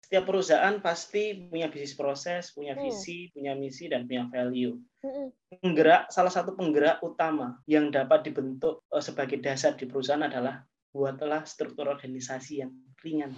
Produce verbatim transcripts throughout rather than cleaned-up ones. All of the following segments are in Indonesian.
Setiap perusahaan pasti punya bisnis proses, punya Hmm. visi, punya misi, dan punya value. Mm-mm. Penggerak, salah satu penggerak utama yang dapat dibentuk uh, sebagai dasar di perusahaan adalah buatlah struktur organisasi yang ringan.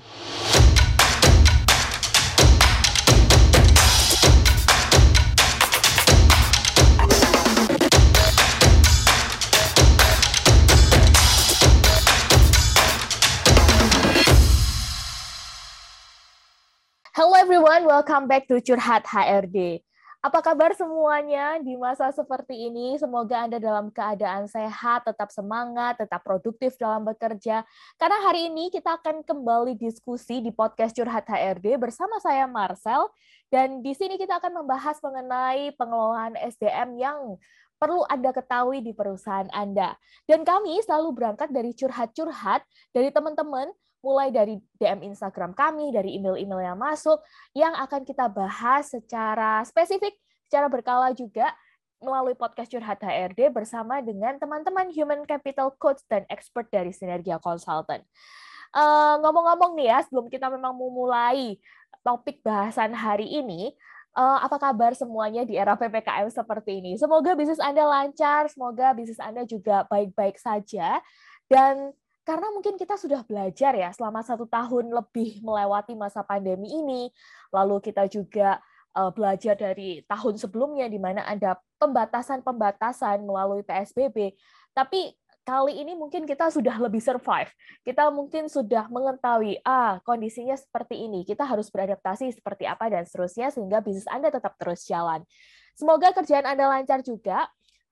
Hello everyone, welcome back to Curhat H R D. Apa kabar semuanya di masa seperti ini? Semoga Anda dalam keadaan sehat, tetap semangat, tetap produktif dalam bekerja. Karena hari ini kita akan kembali diskusi di podcast Curhat H R D bersama saya Marcel. Dan di sini kita akan membahas mengenai pengelolaan S D M yang perlu Anda ketahui di perusahaan Anda. Dan kami selalu berangkat dari curhat-curhat dari teman-teman, mulai dari D M Instagram kami, dari email-email yang masuk, yang akan kita bahas secara spesifik, secara berkala juga, melalui podcast Curhat H R D bersama dengan teman-teman Human Capital Coach dan expert dari Sinergia Consultant. Uh, ngomong-ngomong nih ya, sebelum kita memang memulai topik bahasan hari ini, uh, apa kabar semuanya di era P P K M seperti ini? Semoga bisnis Anda lancar, semoga bisnis Anda juga baik-baik saja, dan karena mungkin kita sudah belajar ya selama satu tahun lebih melewati masa pandemi ini, lalu kita juga uh, belajar dari tahun sebelumnya di mana ada pembatasan-pembatasan melalui P S B B, tapi kali ini mungkin kita sudah lebih survive, kita mungkin sudah mengetahui, ah kondisinya seperti ini, kita harus beradaptasi seperti apa dan seterusnya sehingga bisnis Anda tetap terus jalan. Semoga kerjaan Anda lancar juga.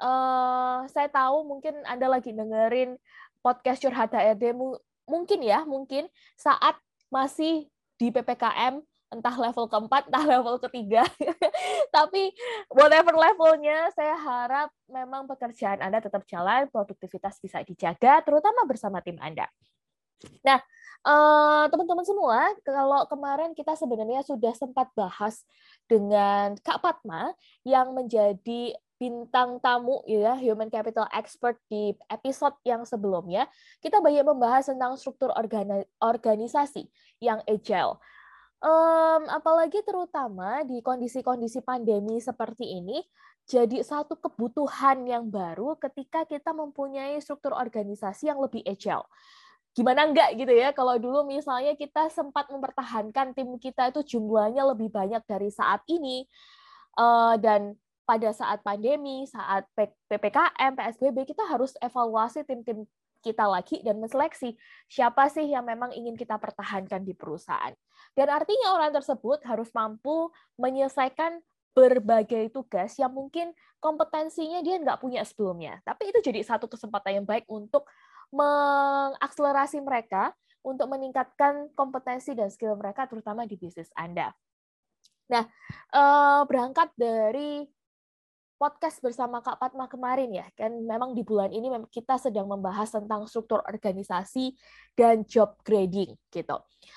Uh, saya tahu mungkin Anda lagi dengerin podcast Curhat H R D mungkin ya, mungkin saat masih di P P K M, entah level keempat, entah level ketiga. Tapi whatever levelnya, saya harap memang pekerjaan Anda tetap jalan, produktivitas bisa dijaga, terutama bersama tim Anda. Nah, teman-teman semua, kalau kemarin kita sebenarnya sudah sempat bahas dengan Kak Padma yang menjadi bintang tamu ya Human Capital Expert di episode yang sebelumnya, kita banyak membahas tentang struktur organisasi yang agile. Um, apalagi terutama di kondisi-kondisi pandemi seperti ini, jadi satu kebutuhan yang baru ketika kita mempunyai struktur organisasi yang lebih agile. Gimana enggak gitu ya, kalau dulu misalnya kita sempat mempertahankan tim kita itu jumlahnya lebih banyak dari saat ini, uh, dan pada saat pandemi, saat P P K M, P S B B, kita harus evaluasi tim-tim kita lagi dan menseleksi siapa sih yang memang ingin kita pertahankan di perusahaan. Dan artinya orang tersebut harus mampu menyelesaikan berbagai tugas yang mungkin kompetensinya dia nggak punya sebelumnya. Tapi itu jadi satu kesempatan yang baik untuk mengakselerasi mereka, untuk meningkatkan kompetensi dan skill mereka, terutama di bisnis Anda. Nah, berangkat dari podcast bersama Kak Padma kemarin ya, kan memang di bulan ini kita sedang membahas tentang struktur organisasi dan job grading gitu.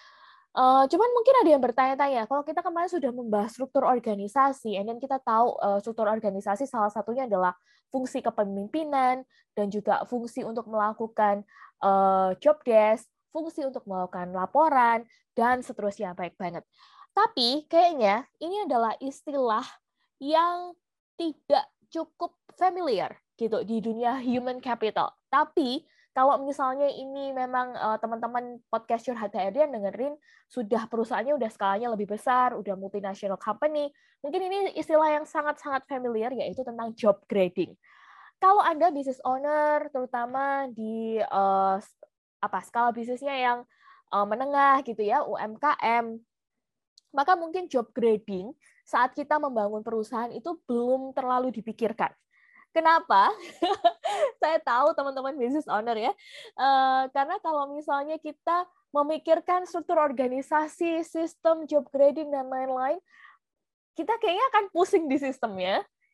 Uh, cuman mungkin ada yang bertanya-tanya, kalau kita kemarin sudah membahas struktur organisasi, and then kita tahu uh, struktur organisasi salah satunya adalah fungsi kepemimpinan dan juga fungsi untuk melakukan uh, job desk, fungsi untuk melakukan laporan, dan seterusnya, baik banget. Tapi kayaknya ini adalah istilah yang tidak cukup familiar gitu di dunia human capital. Tapi kalau misalnya ini memang uh, teman-teman podcast Curhat H R D yang dengerin sudah perusahaannya udah skalanya lebih besar, udah multinational company, mungkin ini istilah yang sangat-sangat familiar yaitu tentang job grading. Kalau Anda business owner, terutama di uh, apa skala bisnisnya yang uh, menengah gitu ya, U M K M, maka mungkin job grading saat kita membangun perusahaan itu belum terlalu dipikirkan. Kenapa? Saya tahu teman-teman business owner ya, uh, karena kalau misalnya kita memikirkan struktur organisasi, sistem job grading dan lain-lain, kita kayaknya akan pusing di sistemnya,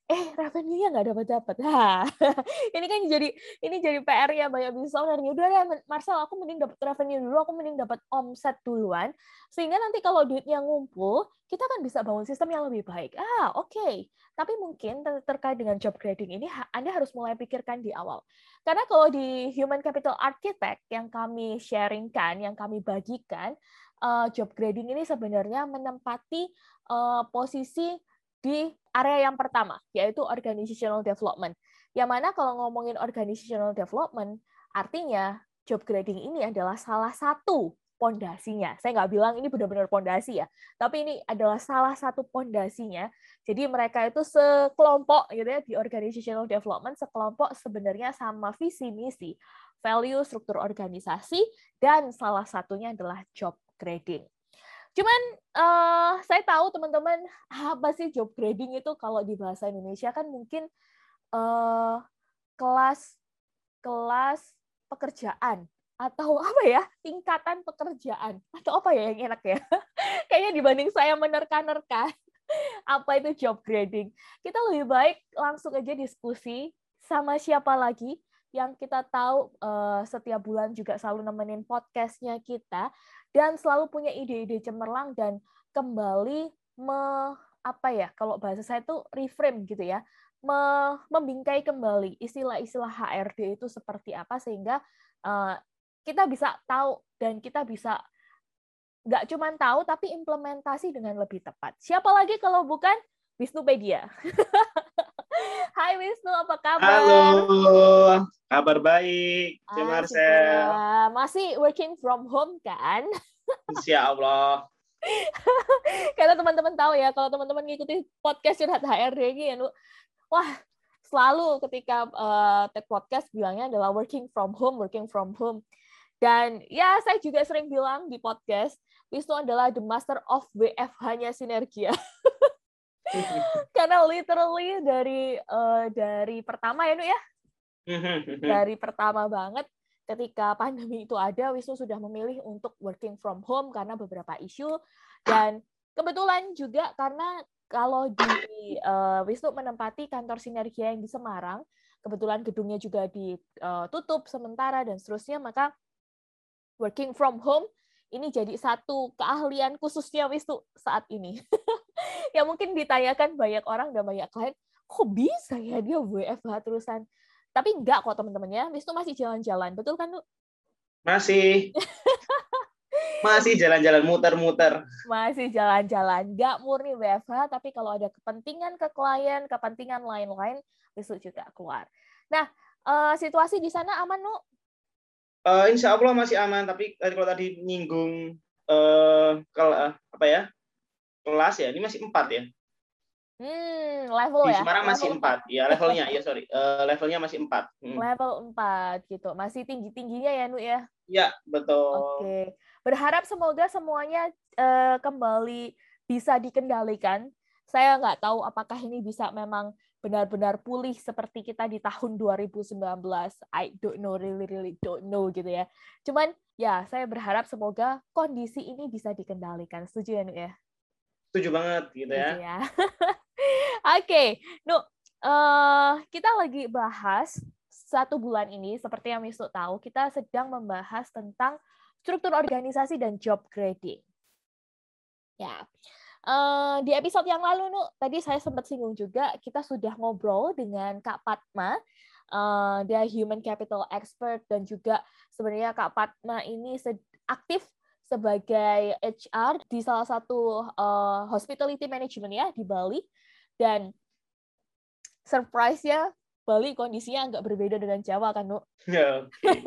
eh revenue-nya nggak dapat-dapat. Nah, ini kan jadi ini jadi P R-nya banyak business owner. Udah deh, Marcel, aku mending dapat revenue dulu, aku mending dapat omset duluan, sehingga nanti kalau duitnya ngumpul, kita kan bisa bangun sistem yang lebih baik. Ah, oke. Okay. Tapi mungkin ter terkait dengan job grading ini, Anda harus mulai pikirkan di awal. Karena kalau di Human Capital Architect yang kami sharingkan, yang kami bagikan, uh, job grading ini sebenarnya menempati uh, posisi di area yang pertama, yaitu organizational development. Yang mana kalau ngomongin organizational development, artinya job grading ini adalah salah satu pondasinya. Saya nggak bilang ini benar-benar pondasi ya, tapi ini adalah salah satu pondasinya. Jadi mereka itu sekelompok gitu ya di organizational development, sekelompok sebenarnya sama visi misi, value, struktur organisasi, dan salah satunya adalah job grading. Cuman uh, saya tahu teman-teman apa sih job grading itu kalau di bahasa Indonesia kan mungkin uh, kelas kelas pekerjaan atau apa ya tingkatan pekerjaan atau apa ya yang enak ya kayaknya dibanding saya menerka-nerka apa itu job grading, kita lebih baik langsung aja diskusi sama siapa lagi yang kita tahu uh, setiap bulan juga selalu nemenin podcastnya kita dan selalu punya ide-ide cemerlang dan kembali me, apa ya kalau bahasa saya itu reframe gitu ya, me, membingkai kembali istilah-istilah H R D itu seperti apa sehingga uh, kita bisa tahu dan kita bisa nggak cuma tahu tapi implementasi dengan lebih tepat. Siapa lagi kalau bukan Wisnupedia. Hai Wisnu, apa kabar? Halo, kabar baik, Cik Ah, Marcel. Masih working from home kan? Insya Allah. Karena teman-teman tahu ya, kalau teman-teman ngikuti podcast Curhat H R D ini, ya, wah selalu ketika uh, take podcast bilangnya adalah working from home, working from home. Dan ya saya juga sering bilang di podcast, Wisnu adalah the master of W F H-nya Sinergia. Karena literally dari uh, dari pertama ya, Nu ya. Dari pertama banget ketika pandemi itu ada, Wisnu sudah memilih untuk working from home karena beberapa isu dan kebetulan juga karena kalau di uh, Wisnu menempati kantor Sinergia yang di Semarang, kebetulan gedungnya juga ditutup sementara dan seterusnya, maka working from home ini jadi satu keahlian khususnya Wisnu saat ini. Ya mungkin ditanyakan banyak orang dan banyak klien, kok bisa ya dia W F H terusan? Tapi enggak kok teman-temannya, Wisnu masih jalan-jalan, betul kan, Nu? Masih. Masih jalan-jalan muter-muter. Masih jalan-jalan, enggak murni W F H, tapi kalau ada kepentingan ke klien, kepentingan lain-lain, Wisnu juga keluar. Nah, uh, situasi di sana aman, Nu? Uh, insya Allah masih aman, tapi kalau tadi nyinggung uh, kalau uh, apa ya kelas ya, ini masih empat ya. Hmm, level di ya. Semarang level masih empat. Ya levelnya, ya sorry, uh, levelnya masih empat. Hmm. Level empat gitu, masih tinggi tingginya ya, Nu ya. Ya betul. Oke, berharap semoga semuanya uh, kembali bisa dikendalikan. Saya nggak tahu apakah ini bisa memang benar-benar pulih seperti kita di tahun dua ribu sembilan belas. I don't know, really, really don't know gitu ya. Cuman ya, saya berharap semoga kondisi ini bisa dikendalikan. Setuju ya, Nu ya? Setuju banget gitu ya. ya. Oke, okay. Nu, uh, kita lagi bahas satu bulan ini, seperti yang Wisnu tahu, kita sedang membahas tentang struktur organisasi dan job grading. Ya, uh, di episode yang lalu, Nu, tadi saya sempat singgung juga, kita sudah ngobrol dengan Kak Padma, uh, dia human capital expert, dan juga sebenarnya Kak Padma ini aktif sebagai H R di salah satu uh, hospitality management ya di Bali, dan surprise-nya Bali kondisinya agak berbeda dengan Jawa kan, Nu? Ya, okay.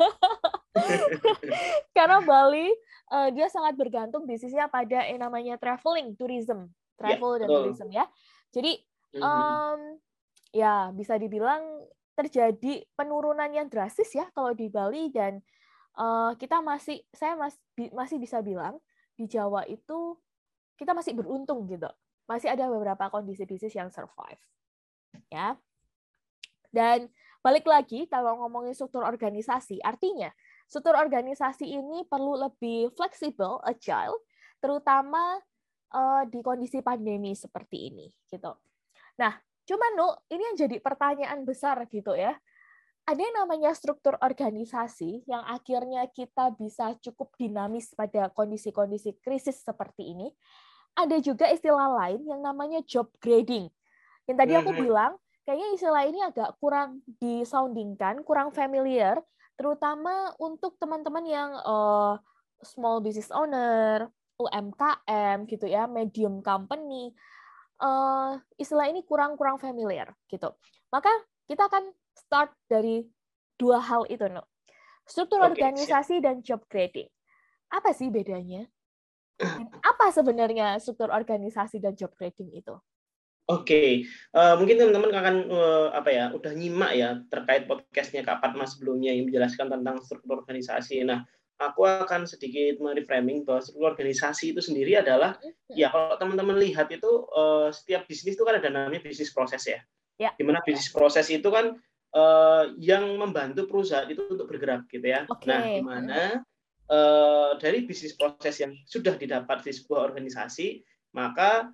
Karena Bali uh, dia sangat bergantung bisnisnya pada yang namanya traveling, tourism, travel ya, dan betul. tourism ya. Jadi um, ya bisa dibilang terjadi penurunan yang drastis ya kalau di Bali, dan Uh, kita masih, saya masih masih bisa bilang di Jawa itu kita masih beruntung gitu, masih ada beberapa kondisi bisnis yang survive, ya. Dan balik lagi kalau ngomongin struktur organisasi, artinya struktur organisasi ini perlu lebih fleksibel, agile, terutama uh, di kondisi pandemi seperti ini, gitu. Nah, Cuman, Nu, ini yang jadi pertanyaan besar gitu ya. Ada yang namanya struktur organisasi yang akhirnya kita bisa cukup dinamis pada kondisi-kondisi krisis seperti ini. Ada juga istilah lain yang namanya job grading. Yang tadi aku bilang, kayaknya istilah ini agak kurang disoundingkan, kurang familiar, terutama untuk teman-teman yang uh, small business owner, U M K M gitu ya, medium company. Uh, istilah ini kurang-kurang familiar gitu. Maka kita akan start dari dua hal itu, no. Struktur Oke, organisasi siap. dan job grading. Apa sih bedanya? Dan apa sebenarnya struktur organisasi dan job grading itu? Oke, uh, mungkin teman-teman akan uh, apa ya, udah nyimak ya terkait podcastnya Kak Fatma sebelumnya yang menjelaskan tentang struktur organisasi. Nah, aku akan sedikit mereframing bahwa struktur organisasi itu sendiri adalah, ya kalau teman-teman lihat itu uh, setiap bisnis itu kan ada namanya bisnis proses ya. Ya. Dimana bisnis proses itu kan uh, yang membantu perusahaan itu untuk bergerak gitu ya. Okay. Nah, dimana uh, dari bisnis proses yang sudah didapat di sebuah organisasi, maka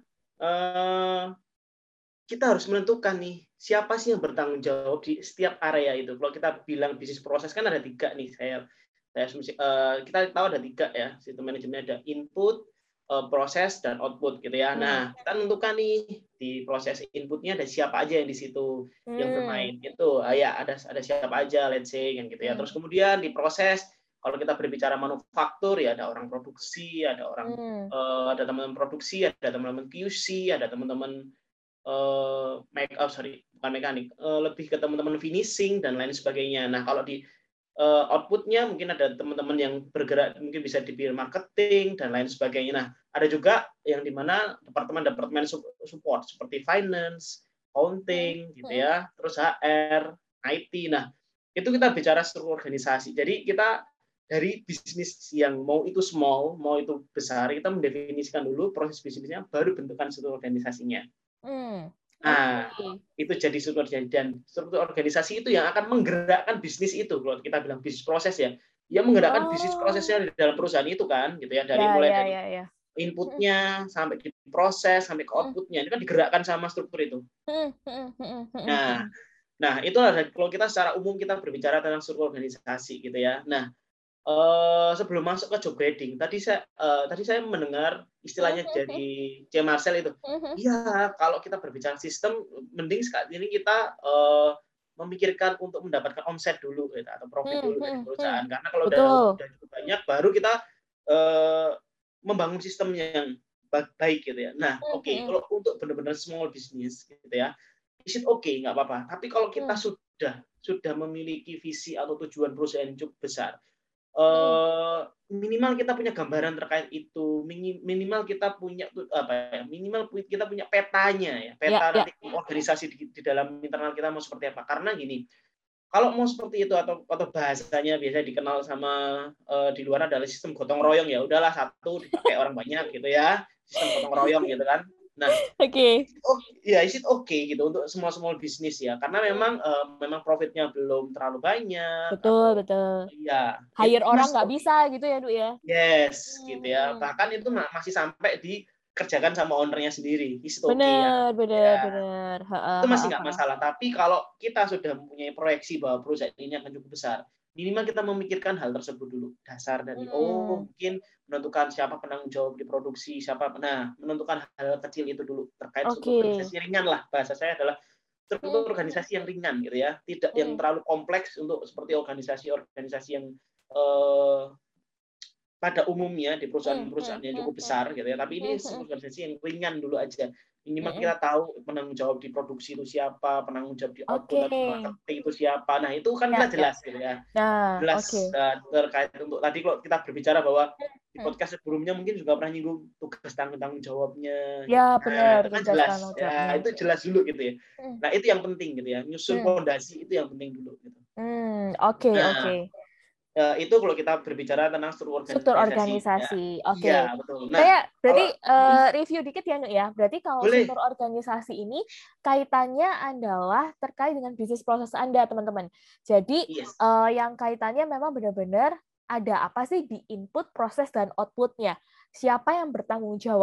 uh, kita harus menentukan nih siapa sih yang bertanggung jawab di setiap area itu. Kalau kita bilang bisnis proses kan ada tiga nih, saya saya uh, kita tahu ada tiga ya sistem manajemen, ada input, uh, proses dan output gitu ya. Hmm. Nah, kita tentukan nih di proses inputnya ada siapa aja yang di situ hmm. yang bermain itu. Uh, ya ada ada siapa aja, let's say kan gitu ya. Hmm. Terus kemudian di proses kalau kita berbicara manufaktur ya ada orang produksi, ada orang hmm. uh, ada teman-teman produksi, ada teman-teman Q C, ada teman-teman Uh, make up sorry bukan mekanik uh, lebih ke teman-teman finishing dan lain sebagainya. Nah kalau di uh, outputnya mungkin ada teman-teman yang bergerak mungkin bisa di bidang marketing dan lain sebagainya. Nah ada juga yang dimana departemen-departemen support seperti finance, accounting gitu ya, terus H R, I T. Nah itu kita bicara struktur organisasi. Jadi kita dari bisnis yang mau itu small mau itu besar, kita mendefinisikan dulu proses bisnisnya, baru bentukan struktur organisasinya. Hmm. Nah, okay. Itu jadi struktur dan struktur organisasi itu yang akan menggerakkan bisnis itu. Kalau kita bilang bisnis proses ya, dia menggerakkan oh. bisnis prosesnya di dalam perusahaan itu kan, gitu ya. Dari ya, mulai ya, dari ya, ya. inputnya sampai di proses sampai ke outputnya, ini kan digerakkan sama struktur itu. Nah, nah itu ada kalau kita secara umum kita berbicara tentang struktur organisasi, gitu ya. Nah. Uh, sebelum masuk ke job grading, tadi saya uh, tadi saya mendengar istilahnya dari C. Marcel itu, iya kalau kita berbicara sistem, mending saat ini kita uh, memikirkan untuk mendapatkan omset dulu, gitu, atau profit dulu dari perusahaan, karena kalau udah, udah cukup banyak, baru kita uh, membangun sistem yang baik, gitu ya. Nah, oke, okay, kalau untuk benar-benar small business, gitu ya, is it okay, nggak apa-apa. Tapi kalau kita hmm. sudah sudah memiliki visi atau tujuan perusahaan yang cukup besar, Uh, minimal kita punya gambaran terkait itu, minimal kita punya apa ya, minimal kita punya petanya ya, peta ya, nanti ya. Organisasi di, di dalam internal kita mau seperti apa. Karena gini, kalau mau seperti itu atau atau bahasanya biasa dikenal sama uh, di luar adalah sistem gotong royong, ya udahlah satu dipakai orang banyak gitu ya, sistem gotong royong gitu kan. Nah, oke, okay. oh, ya is it okay gitu untuk semua small bisnis ya, karena memang uh, memang profitnya belum terlalu banyak. Betul, atau, betul. Iya. Hire orang nggak okay. bisa gitu ya, Du ya. Yes, hmm. gitu ya. Bahkan itu masih sampai dikerjakan sama ownernya sendiri. Is it okay bener, ya. Bener, ya. bener. Itu masih nggak masalah. Tapi kalau kita sudah mempunyai proyeksi bahwa perusahaan ini akan cukup besar, minimal kita memikirkan hal tersebut dulu. Dasar dari hmm. oh mungkin menentukan siapa penanggung jawab di produksi, siapa nah menentukan hal kecil itu dulu terkait okay. struktur organisasi ringan lah, bahasa saya adalah struktur hmm. organisasi yang ringan gitu ya, tidak hmm. yang terlalu kompleks untuk seperti organisasi-organisasi yang eh, pada umumnya di perusahaan-perusahaan yang cukup besar gitu ya, tapi ini struktur organisasi yang ringan dulu aja. Minimal kita tahu penanggung jawab di produksi itu siapa, penanggung jawab di output okay. atau marketing itu siapa. Nah itu kan ya, jelas ya. gitu ya, nah, jelas okay. uh, terkait untuk tadi kalau kita berbicara bahwa di podcast sebelumnya mungkin juga pernah nyinggung tugas tanggung jawabnya. Ya benar. Nah, itu kan jelas, ya itu jelas dulu gitu ya. Nah itu yang penting gitu ya, nyusun fondasi itu yang penting dulu. Gitu. Hmm, oke okay, nah, oke. Okay. Uh, itu kalau kita berbicara tentang struktur organisasi. Struktur organisasi, ya. Oke. Okay. Ya, betul. Nah, saya berarti kalau, uh, review dikit ya, Nuk ya. Berarti kalau boleh. struktur organisasi ini kaitannya adalah terkait dengan bisnis proses Anda, teman-teman. Jadi yes. uh, yang kaitannya memang benar-benar ada apa sih di input, proses, dan output-nya. Siapa yang bertanggung jawab.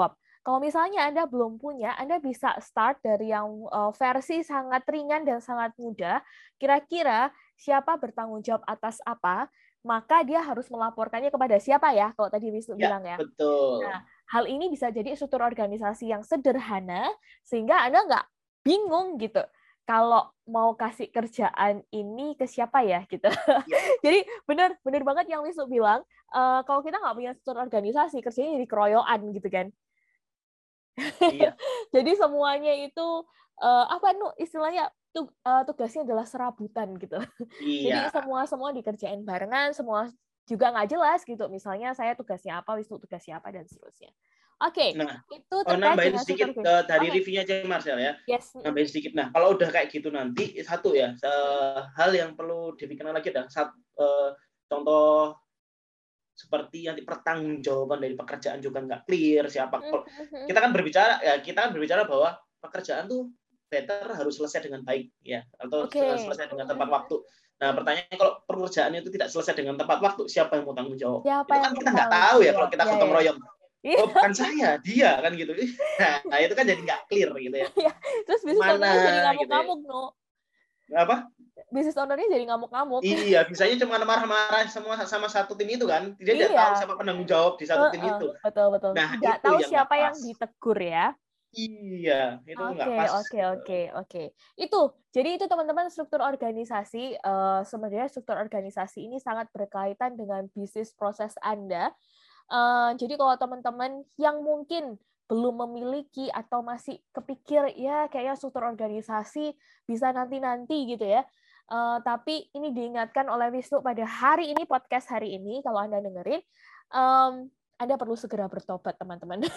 Kalau misalnya Anda belum punya, Anda bisa start dari yang uh, versi sangat ringan dan sangat mudah. Kira-kira siapa bertanggung jawab atas apa, maka dia harus melaporkannya kepada siapa ya, kalau tadi Wisnu Ya, bilang ya. betul. Nah, hal ini bisa jadi struktur organisasi yang sederhana, sehingga Anda nggak bingung gitu. Kalau mau kasih kerjaan ini ke siapa ya gitu. Ya. Jadi benar benar banget yang Wisnu bilang, uh, kalau kita nggak punya struktur organisasi, kerjanya jadi keroyokan gitu kan. Iya. Jadi semuanya itu uh, apa nu istilahnya tug, uh, tugasnya adalah serabutan gitu. Jadi Iya. semua semua dikerjain barengan, semua juga nggak jelas gitu. Misalnya saya tugasnya apa, Wisnu tugasnya apa dan seterusnya. Oke, okay, Nah, itu oh, terkait nambahin dengan sedikit struktur. uh, dari Okay. reviewnya aja Marcel ya. Yes. Nambahin sedikit. Nah, kalau udah kayak gitu nanti satu ya, uh, hal yang perlu dipikirkan lagi adalah satu, uh, contoh seperti nanti pertanggungjawaban dari pekerjaan juga nggak clear siapa. Kita kan berbicara ya, kita kan berbicara bahwa pekerjaan tuh better harus selesai dengan baik ya, atau Okay. selesai dengan tepat waktu. Nah, pertanyaannya kalau pekerjaan itu tidak selesai dengan tepat waktu, siapa yang mau tanggung jawab? Siapa itu yang kan kita nggak tahu ya kalau kita ya, gotong ya. royong. Oh, bukan saya, dia kan gitu. Nah, itu kan jadi nggak clear gitu ya. Terus bisnis ownernya jadi ngamuk-ngamuk, gitu no? Apa? Bisnis ownernya jadi ngamuk-ngamuk. Iya, bisanya cuma marah-marah semua sama satu tim itu kan. Dia iya. tidak tahu siapa penanggung jawab di satu uh, tim uh, itu. Betul betul. Nah, tidak itu tahu yang siapa pas. yang ditegur ya. Iya, itu nggak Oke, pas. oke, oke, oke. Itu, jadi itu teman-teman struktur organisasi, uh, sebenarnya struktur organisasi ini sangat berkaitan dengan bisnis proses Anda. Uh, jadi kalau teman-teman yang mungkin belum memiliki atau masih kepikir, ya kayaknya struktur organisasi bisa nanti-nanti gitu ya. Uh, tapi ini diingatkan oleh Wisnu pada hari ini, podcast hari ini, kalau Anda dengerin, um, Anda perlu segera bertobat, teman-teman.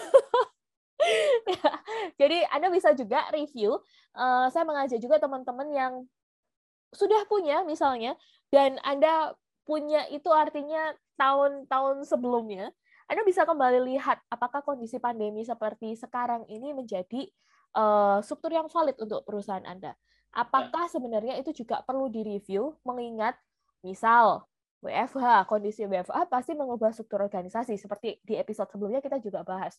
Jadi Anda bisa juga review. Uh, saya mengajak juga teman-teman yang sudah punya misalnya, dan Anda punya itu artinya tahun-tahun sebelumnya, Anda bisa kembali lihat apakah kondisi pandemi seperti sekarang ini menjadi uh, struktur yang valid untuk perusahaan Anda. Apakah sebenarnya itu juga perlu direview, mengingat misal W F H, kondisi W F H pasti mengubah struktur organisasi, seperti di episode sebelumnya kita juga bahas.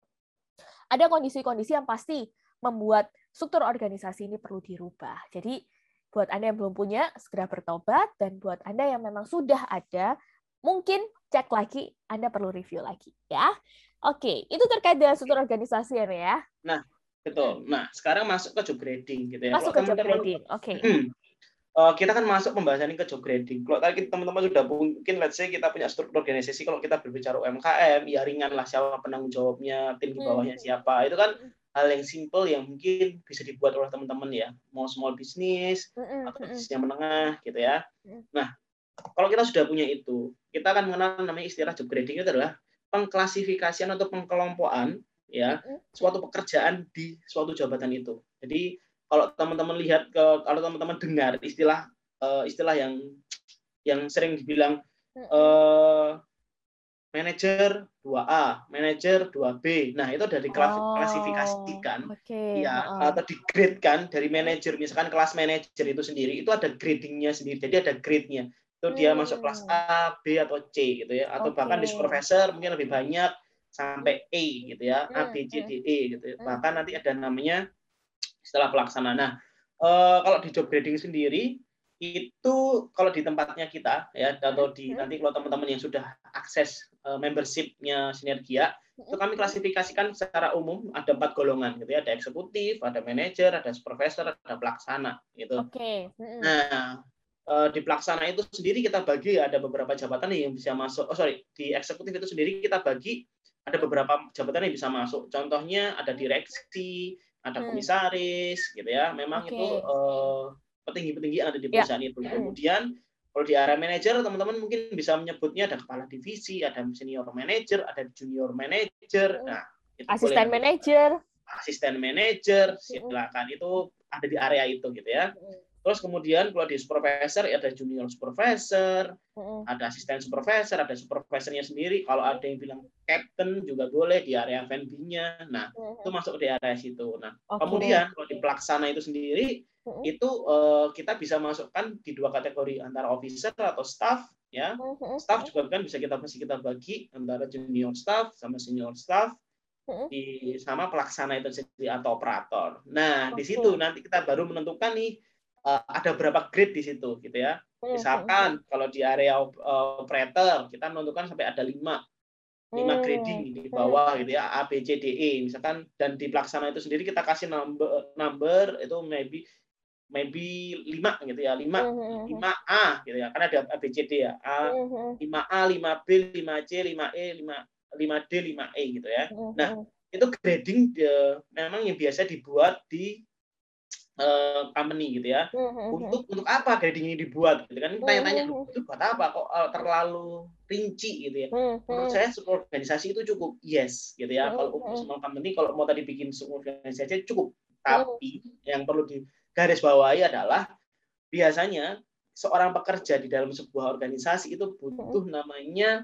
Ada kondisi-kondisi yang pasti membuat struktur organisasi ini perlu dirubah. Jadi, buat Anda yang belum punya, segera bertobat. Dan buat Anda yang memang sudah ada, mungkin cek lagi, Anda perlu review lagi. Ya, oke. Itu terkait dengan struktur organisasi ya. Nah, betul. Nah, sekarang masuk ke job grading. Gitu ya. Masuk ke job grading, oke. Uh, kita kan masuk pembahasan ini ke job grading. Kalau tadi teman-teman sudah mungkin, let's say kita punya struktur organisasi, kalau kita berbicara U M K M, ya ringan lah siapa penanggung jawabnya, tim di bawahnya siapa. Itu kan hal yang simple yang mungkin bisa dibuat oleh teman-teman ya, mau small business atau bisnis yang menengah gitu ya. Nah, kalau kita sudah punya itu, kita akan mengenal namanya istilah job grading itu adalah pengklasifikasian atau pengkelompokan ya suatu pekerjaan di suatu jabatan itu. Jadi kalau teman-teman lihat ke kalau teman-teman dengar istilah uh, istilah yang yang sering dibilang uh, manajer dua A, manajer dua B. Nah, itu dari klasifikasikan oh, okay. ya uh-uh. atau di-grade-kan dari manajer. Misalkan kelas manajer itu sendiri itu ada grading-nya sendiri. Jadi ada grade-nya. Itu dia hmm. masuk kelas A, B atau C gitu ya. Atau okay. bahkan di supervisor mungkin lebih banyak sampai E gitu ya. A, B, C, D, E gitu ya. Bahkan nanti ada namanya setelah pelaksana. Nah, uh, kalau di job grading sendiri itu kalau di tempatnya kita ya atau di nanti kalau teman-teman yang sudah akses uh, membership-nya Sinergia, itu kami klasifikasikan secara umum ada empat golongan gitu ya, ada eksekutif, ada manajer, ada supervisor, ada pelaksana gitu. Oke. Okay. Nah, uh, di pelaksana itu sendiri kita bagi ada beberapa jabatan yang bisa masuk. Oh sorry, di eksekutif itu sendiri kita bagi ada beberapa jabatan yang bisa masuk. Contohnya ada direksi, ada komisaris gitu ya. Memang okay. itu uh, petinggi-petinggi yang ada di perusahaan yeah. itu. Kemudian kalau di area manajer, teman-teman mungkin bisa menyebutnya ada kepala divisi, ada senior manager, ada junior manager. Nah, itu asisten manajer, asisten manajer, silakan itu ada di area itu gitu ya. Terus kemudian kalau di supervisor ada junior supervisor, ada asisten supervisor, ada supervisornya sendiri. Kalau ada yang bilang captain juga boleh di area F and B-nya. Nah, itu masuk di area situ. Nah, okay. kemudian kalau di pelaksana itu sendiri itu uh, kita bisa masukkan di dua kategori antara officer atau staff ya. Staff juga kan bisa kita masih kita bagi antara junior staff sama senior staff. di sama pelaksana itu sendiri atau operator. Nah, Okay. di situ nanti kita baru menentukan nih uh, ada berapa grade di situ gitu ya. Misalkan kalau di area operator kita menentukan sampai ada lima lima grading di bawah gitu ya, A, B, C, D, E misalkan, dan di pelaksana itu sendiri kita kasih number number itu maybe maybe lima gitu ya, lima lima A gitu ya, karena ada A, B, C, D ya, A, lima A, lima B, lima C, lima E, lima lima D, lima E gitu ya. Nah, itu grading dia, memang yang biasa dibuat di uh, company gitu ya. Untuk untuk apa grading ini dibuat gitu kan, tanya-tanya itu buat apa kok uh, terlalu rinci gitu ya. Menurut saya struktur organisasi itu cukup, yes gitu ya. Kalau untuk small company kalau mau tadi bikin struktur organisasi cukup, tapi yang perlu digarisbawahi adalah biasanya seorang pekerja di dalam sebuah organisasi itu butuh namanya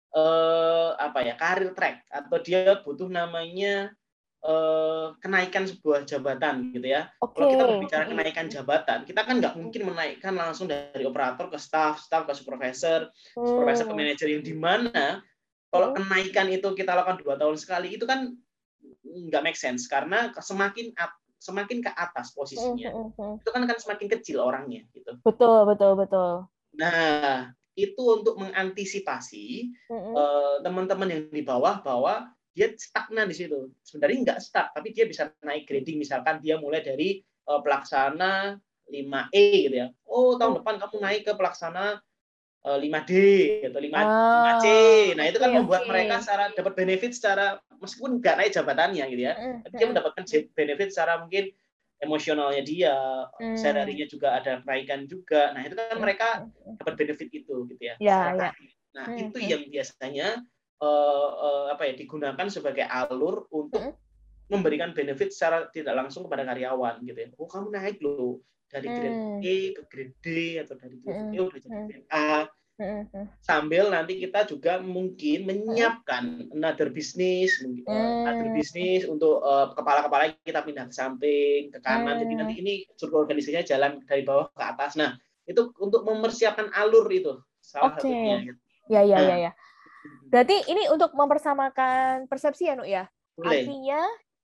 eh, apa ya, karir track, atau dia butuh namanya eh, kenaikan sebuah jabatan gitu ya. Okay. Kalau kita berbicara kenaikan jabatan, kita kan nggak mungkin menaikkan langsung dari operator ke staff, staff ke supervisor, hmm. supervisor ke manajer, yang di mana kalau kenaikan itu kita lakukan dua tahun sekali itu kan nggak make sense, karena semakin semakin ke atas posisinya hmm. itu kan akan semakin kecil orangnya gitu. Betul betul betul. Nah, itu untuk mengantisipasi hmm. uh, teman-teman yang di bawah bahwa dia stagnan di situ. Sebenarnya nggak stuck, tapi dia bisa naik grading. Misalkan dia mulai dari uh, pelaksana lima E gitu ya. Oh, tahun depan kamu naik ke pelaksana uh, lima D atau lima, oh, lima C. Nah, okay, itu kan membuat okay. mereka secara dapat benefit secara, meskipun nggak naik jabatannya gitu ya. Mm-hmm. Tapi dia mendapatkan benefit secara mungkin emosionalnya dia, mm. salary-nya juga ada kenaikan juga. Nah, itu kan mereka dapat benefit itu gitu ya. Yeah, yeah. Nah, mm-hmm. itu yang biasanya Uh, uh, apa ya, digunakan sebagai alur untuk hmm. memberikan benefit secara tidak langsung kepada karyawan gitu ya. Oh, kamu naik loh dari grade hmm. E ke grade D, atau dari grade hmm. E udah jadi grade A. Hmm. Sambil nanti kita juga mungkin menyiapkan hmm. another business, mungkin uh, hmm. another business untuk uh, kepala-kepala kita pindah ke samping, ke kanan. Hmm. Jadi nanti ini struktur organisasinya jalan dari bawah ke atas. Nah, itu untuk mempersiapkan alur itu salah okay. satunya. Gitu. Ya, ya, nah, ya, ya. Berarti ini untuk mempersamakan persepsi ya, Nuk ya? Boleh. Artinya,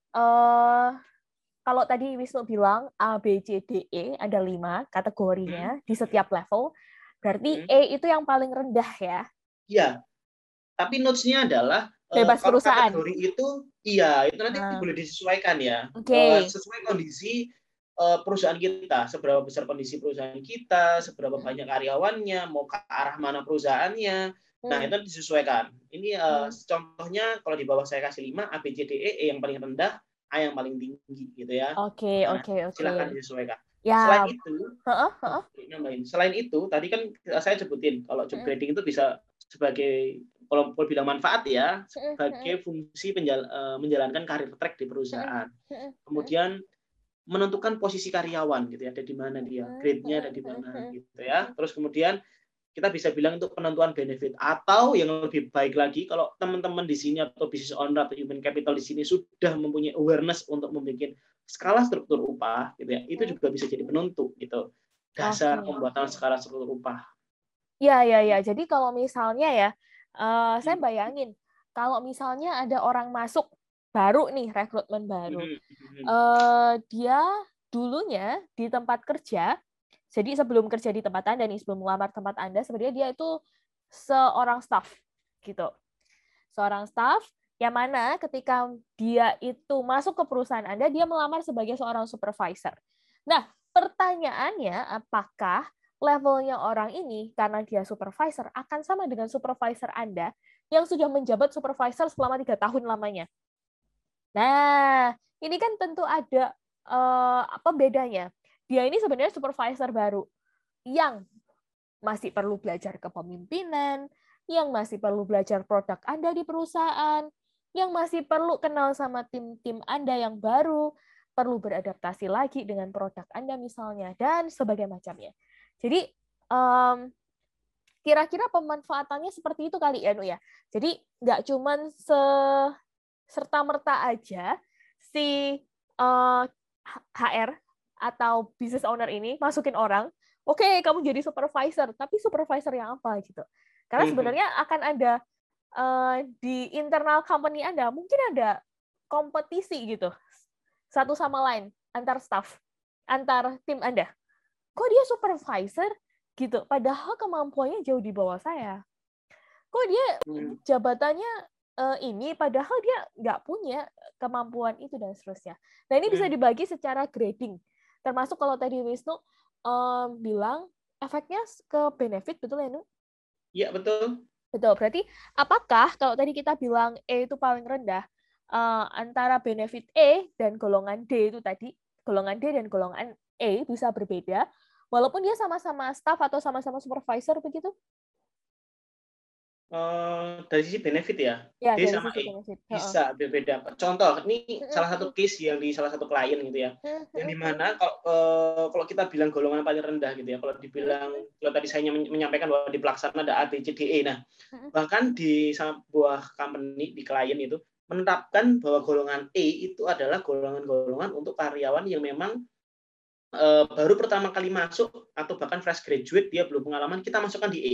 uh, kalau tadi Wisnu bilang A, B, C, D, E, ada lima kategorinya hmm. di setiap level, berarti hmm. E itu yang paling rendah ya? Iya. Tapi notes-nya adalah, bebas uh, kalau perusahaan. kategori itu, iya, itu nanti hmm. boleh disesuaikan ya. Okay. Uh, sesuai kondisi uh, perusahaan kita, seberapa besar kondisi perusahaan kita, seberapa banyak karyawannya, mau ke arah mana perusahaannya. Nah, itu disesuaikan. Ini uh, hmm. contohnya kalau di bawah saya kasih lima, A, B, C, D, E, E yang paling rendah, A yang paling tinggi gitu ya. Oke, nah, oke, oke. Silakan disesuaikan. Ya. Selain itu, uh-uh, uh-uh. selain itu, tadi kan saya sebutin kalau job grading itu bisa sebagai, kalau boleh bilang manfaat ya, sebagai fungsi penjal, uh, menjalankan karir track di perusahaan. Kemudian menentukan posisi karyawan gitu ya, ada di mana dia, grade-nya ada di mana gitu ya. Terus kemudian kita bisa bilang untuk penentuan benefit, atau yang lebih baik lagi kalau teman-teman di sini atau business owner atau human capital di sini sudah mempunyai awareness untuk membuat skala struktur upah gitu ya, itu juga bisa jadi penentu gitu, dasar okay. pembuatan skala struktur upah. Ya, ya, ya. Jadi kalau misalnya ya, uh, saya bayangin kalau misalnya ada orang masuk baru nih, rekrutmen baru, uh, dia dulunya di tempat kerja. Jadi sebelum kerja di tempat Anda nih, sebelum melamar tempat Anda, sebenarnya dia itu seorang staff, gitu. Seorang staff yang mana ketika dia itu masuk ke perusahaan Anda, dia melamar sebagai seorang supervisor. Nah, pertanyaannya, apakah levelnya orang ini, karena dia supervisor, akan sama dengan supervisor Anda yang sudah menjabat supervisor selama tiga tahun lamanya? Nah, ini kan tentu ada uh, apa bedanya. Dia ini sebenarnya supervisor baru yang masih perlu belajar kepemimpinan, yang masih perlu belajar produk Anda di perusahaan, yang masih perlu kenal sama tim-tim Anda yang baru, perlu beradaptasi lagi dengan produk Anda misalnya, dan sebagainya macamnya. Jadi, um, kira-kira pemanfaatannya seperti itu kali ya, Nu ya. Jadi, nggak cuman se serta-merta aja si uh, H R atau business owner ini masukin orang, oke, okay, kamu jadi supervisor, tapi supervisor yang apa gitu. Karena sebenarnya akan ada uh, di internal company Anda, mungkin ada kompetisi gitu satu sama lain antar staff, antar tim Anda. Kok dia supervisor gitu, padahal kemampuannya jauh di bawah saya. Kok dia jabatannya uh, ini, padahal dia nggak punya kemampuan itu dan seterusnya. Nah ini bisa dibagi secara grading, termasuk kalau tadi Wisnu um, bilang efeknya ke benefit, betul ya, Nu? Iya, betul. Betul, berarti apakah kalau tadi kita bilang E itu paling rendah, uh, antara benefit E dan golongan D itu tadi, golongan D dan golongan E bisa berbeda, walaupun dia sama-sama staff atau sama-sama supervisor begitu? Uh, dari sisi benefit ya, ya D dari sama sisi E benefit. bisa berbeda. Contoh, ini salah satu case yang di salah satu klien gitu ya, yang dimana kalau uh, kalau kita bilang golongan paling rendah gitu ya, kalau dibilang kalau tadi saya menyampaikan bahwa di pelaksana ada A, B, C, D, E. Nah, bahkan di sebuah company di klien itu menetapkan bahwa golongan E itu adalah golongan-golongan untuk karyawan yang memang uh, baru pertama kali masuk atau bahkan fresh graduate, dia belum pengalaman, kita masukkan di E.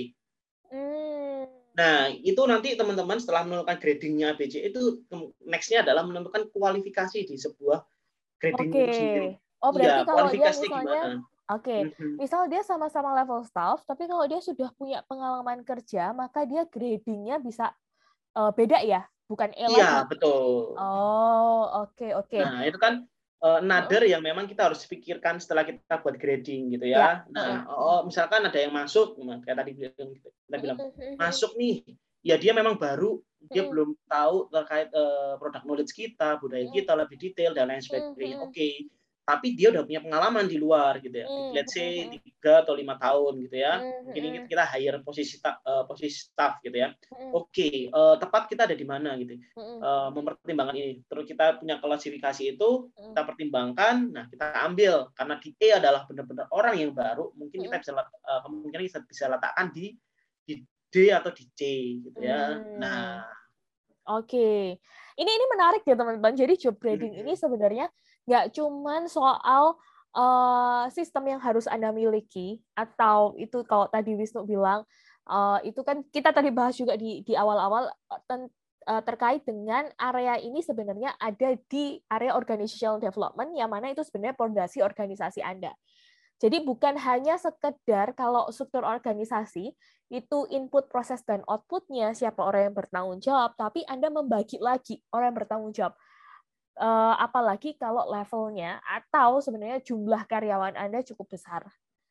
Nah, itu nanti teman-teman setelah menentukan gradingnya A B C itu next-nya adalah menentukan kualifikasi di sebuah grading Oke. itu sendiri. Oh, berarti ya, kalau dia kualifikasinya misalnya, gimana? oke, okay. Mm-hmm. misal dia sama-sama level staff, tapi kalau dia sudah punya pengalaman kerja, maka dia gradingnya bisa uh, beda ya, bukan E lagi. Iya, betul. Oh, oke, okay, oke. Okay. Nah, itu kan uh, another uh-uh. yang memang kita harus pikirkan setelah kita buat grading gitu ya. ya. Nah, uh-uh. oh, misalkan ada yang masuk, kayak tadi kita bilang, uh-uh. masuk nih, ya dia memang baru, dia uh-uh. belum tahu terkait uh, produk knowledge kita, budaya kita uh-uh. lebih detail dan lain sebagainya. Uh-uh. Oke, okay. Tapi dia udah punya pengalaman di luar gitu ya. Uh-uh. Let's say tiga atau lima tahun gitu ya. Uh-uh. Mungkin kita hire posisi uh, posisi staff gitu ya. Uh-uh. Oke, okay. uh, tepat kita ada di mana gitu. Uh-uh. Uh, mempertimbangkan ini. Terus kita punya klasifikasi itu, uh-uh. kita pertimbangkan, nah kita ambil karena di E adalah benar-benar orang yang baru, mungkin kita bisa uh, kemungkinan kita bisa letakkan di di D atau di C gitu ya. Hmm. Nah, oke, okay. ini ini menarik ya teman-teman. Jadi job grading hmm. ini sebenarnya nggak cuman soal uh, sistem yang harus Anda miliki, atau itu kalau tadi Wisnu bilang uh, itu kan kita tadi bahas juga di di awal-awal ten, uh, terkait dengan area ini sebenarnya ada di area organizational development, yang mana itu sebenarnya fondasi organisasi Anda. Jadi bukan hanya sekedar kalau struktur organisasi itu input, proses, dan output-nya siapa orang yang bertanggung jawab, tapi Anda membagi lagi orang yang bertanggung jawab. Uh, apalagi kalau levelnya atau sebenarnya jumlah karyawan Anda cukup besar.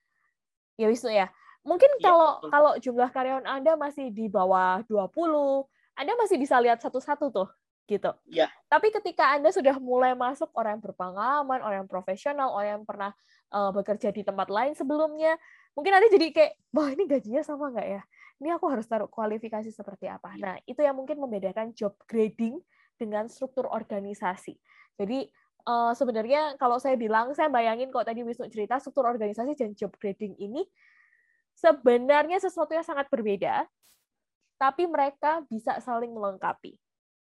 Ya Wisnu ya. Mungkin kalau ya. kalau jumlah karyawan Anda masih di bawah dua puluh, Anda masih bisa lihat satu-satu tuh. Gitu. Ya. Tapi ketika Anda sudah mulai masuk orang yang berpengalaman, orang yang profesional, orang yang pernah uh, bekerja di tempat lain sebelumnya, mungkin Anda jadi kayak, wah ini gajinya sama nggak ya? Ini aku harus taruh kualifikasi seperti apa? Nah, itu yang mungkin membedakan job grading dengan struktur organisasi. Jadi uh, sebenarnya kalau saya bilang, saya bayangin kalau tadi Wisnu cerita, struktur organisasi dan job grading ini sebenarnya sesuatu yang sangat berbeda, tapi mereka bisa saling melengkapi.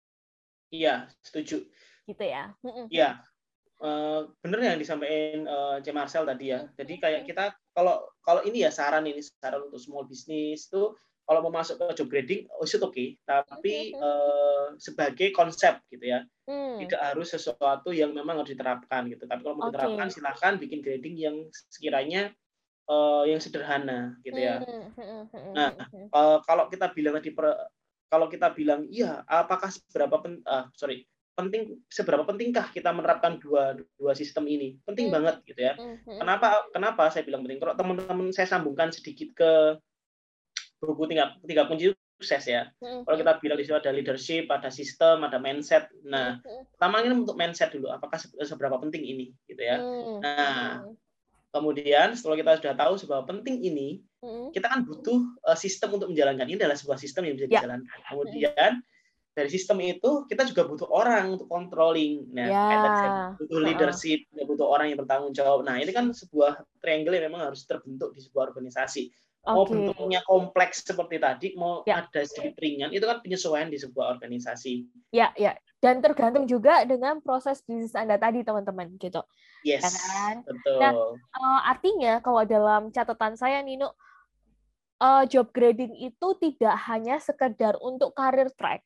Iya, setuju. Gitu ya. Iya, uh, bener yang disampaikan uh, C. Marcel tadi ya. Jadi kayak kita kalau kalau ini ya saran ini saran untuk small business itu kalau mau masuk ke job grading, oh itu oke. Okay. Tapi uh, sebagai konsep gitu ya, hmm. tidak harus sesuatu yang memang harus diterapkan gitu. Tapi kalau mau diterapkan, okay. silahkan bikin grading yang sekiranya uh, yang sederhana gitu ya. Nah, uh, kalau kita bilang tadi per, kalau kita bilang iya, apakah seberapa pen, uh, sorry penting seberapa pentingkah kita menerapkan dua dua sistem ini? Penting mm. banget gitu ya. Mm-hmm. Kenapa kenapa saya bilang penting? Kalau teman-teman saya sambungkan sedikit ke buku tiga tiga kunci sukses ya. Mm-hmm. Kalau kita bilang di situ ada leadership, ada sistem, ada mindset. Nah, mm-hmm. pertamanya untuk mindset dulu. Apakah seberapa penting ini gitu ya? Mm-hmm. Nah, kemudian setelah kita sudah tahu seberapa penting ini, mm-hmm. kita kan butuh uh, sistem untuk menjalankan. Ini adalah sebuah sistem yang bisa yeah. dijalankan. Kemudian dari sistem itu kita juga butuh orang untuk controlling. Nah, yeah. kayak tadi saya butuh leadership, uh-uh. butuh orang yang bertanggung jawab. Nah, ini kan sebuah triangle yang memang harus terbentuk di sebuah organisasi. Okay. Mau bentuknya kompleks seperti tadi, mau yeah. ada sedikit ringan, itu kan penyesuaian di sebuah organisasi. Ya, yeah, ya. Yeah. Dan tergantung juga dengan proses bisnis Anda tadi, teman-teman, gitu. Yes, ya kan? betul. Nah, uh, artinya kalau dalam catatan saya, Nino, uh, job grading itu tidak hanya sekedar untuk career track,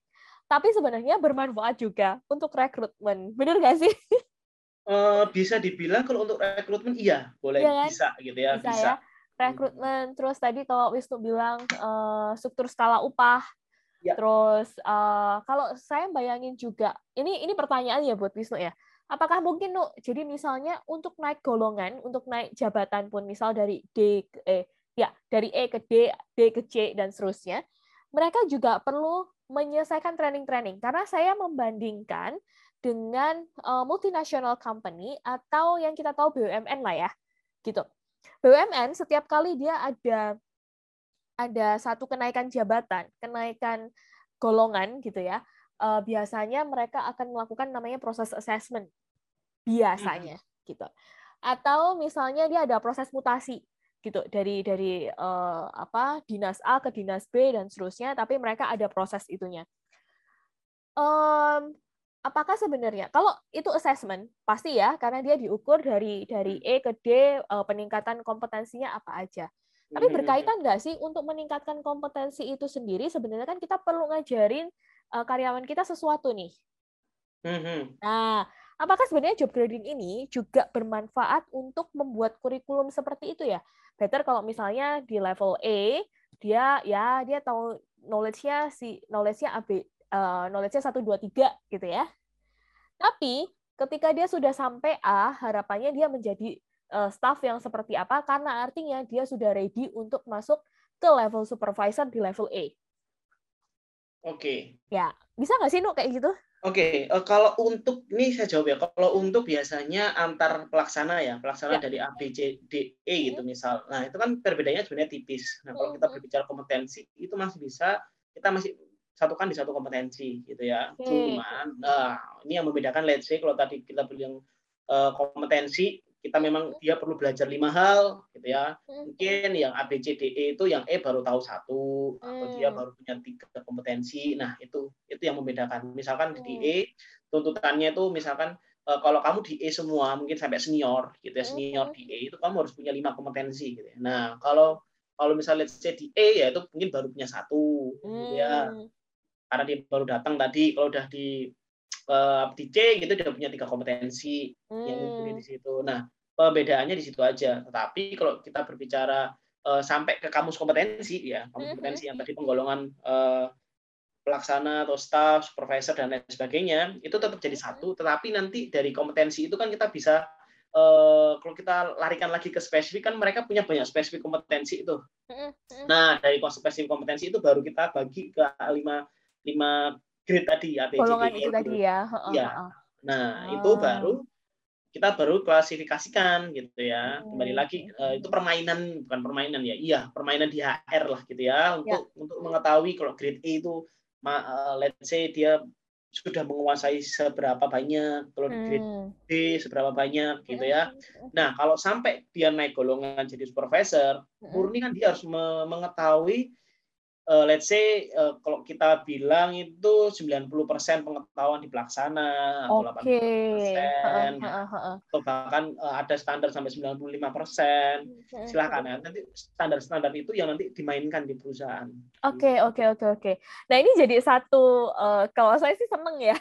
tapi sebenarnya bermanfaat juga untuk rekrutmen. Benar nggak sih? Uh, bisa dibilang kalau untuk rekrutmen iya, boleh Iya kan? bisa gitu ya, Bisa, bisa. ya. Rekrutmen, terus tadi kalau Wisnu bilang uh, struktur skala upah, Ya. terus uh, kalau saya bayangin juga, ini ini pertanyaan ya buat Wisnu ya. Apakah mungkin Nu, jadi misalnya untuk naik golongan, untuk naik jabatan pun misal dari D ke E, ya dari E ke D, D ke C dan seterusnya, mereka juga perlu menyelesaikan training-training karena saya membandingkan dengan uh, multinational company atau yang kita tahu B U M N lah ya, gitu. B U M N setiap kali dia ada ada satu kenaikan jabatan, kenaikan golongan gitu ya, uh, biasanya mereka akan melakukan namanya proses assessment biasanya mm-hmm. gitu. Atau misalnya dia ada proses mutasi gitu dari dari uh, apa dinas A ke dinas B dan seterusnya, tapi mereka ada proses itunya. Um, apakah sebenarnya kalau itu assessment pasti ya karena dia diukur dari dari E ke D uh, peningkatan kompetensinya apa aja. Tapi berkaitan nggak sih untuk meningkatkan kompetensi itu sendiri sebenarnya kan kita perlu ngajarin uh, karyawan kita sesuatu nih. Nah, apakah sebenarnya job grading ini juga bermanfaat untuk membuat kurikulum seperti itu ya? Better kalau misalnya di level A dia ya dia tahu knowledge-nya si knowledge-nya A B Uh, knowledge-nya satu, dua, tiga gitu ya. Tapi ketika dia sudah sampai A, harapannya dia menjadi uh, staff yang seperti apa, karena artinya dia sudah ready untuk masuk ke level supervisor di level A. Oke. Okay. Ya, bisa nggak sih, Nu, kayak gitu? Oke, okay. uh, kalau untuk, ini saya jawab ya, kalau hmm. untuk biasanya antar pelaksana ya, pelaksana ya. Dari A, B, C, D, E gitu hmm. misal. Nah, itu kan perbedaannya sebenarnya tipis. Nah, kalau kita berbicara kompetensi, itu masih bisa, kita masih satukan di satu kompetensi gitu ya. Okay. Cuman nah ini yang membedakan, let's say kalau tadi kita bilang uh, kompetensi, kita memang dia perlu belajar lima hal gitu ya. Mungkin yang A B C D E itu yang E baru tahu satu atau dia baru punya tiga kompetensi. Nah, itu itu yang membedakan. Misalkan di E tuntutannya itu misalkan uh, kalau kamu di E semua mungkin sampai senior gitu ya, senior di E itu kamu harus punya lima kompetensi gitu ya. Nah, kalau kalau misalnya let's say di E ya itu mungkin baru punya satu gitu ya. Karena dia baru datang tadi, kalau udah di uh, di C gitu dia punya tiga kompetensi hmm. yang mumpuni di situ. Nah, perbedaannya di situ aja. Tetapi kalau kita berbicara uh, sampai ke kamus kompetensi ya, kamus kompetensi yang tadi penggolongan uh, pelaksana atau staff, supervisor dan lain sebagainya, itu tetap jadi satu. Tetapi nanti dari kompetensi itu kan kita bisa uh, kalau kita larikan lagi ke spesifik, kan mereka punya banyak spesifik kompetensi itu. Nah, dari spesifik kompetensi itu baru kita bagi ke lima lima grade tadi, A, B, C, D, E itu tadi ya. Iya. Nah, oh. itu baru kita baru klasifikasikan gitu ya. Kembali lagi uh, itu permainan, bukan permainan ya. Iya, permainan di H R lah gitu ya, untuk ya. untuk mengetahui kalau grade E itu uh, let's say dia sudah menguasai seberapa banyak, kalau hmm. grade B seberapa banyak gitu ya. Nah, kalau sampai dia naik golongan jadi supervisor, murni kan dia harus me- mengetahui Uh, let's say uh, kalau kita bilang itu sembilan puluh persen pengetahuan di pelaksana atau delapan puluh persen atau bahkan uh, ada standar sampai sembilan puluh lima persen. Silakan ya, nanti standar-standar itu yang nanti dimainkan di perusahaan. Oke, oke, oke, oke. Nah, ini jadi satu uh, kalau saya sih seneng ya.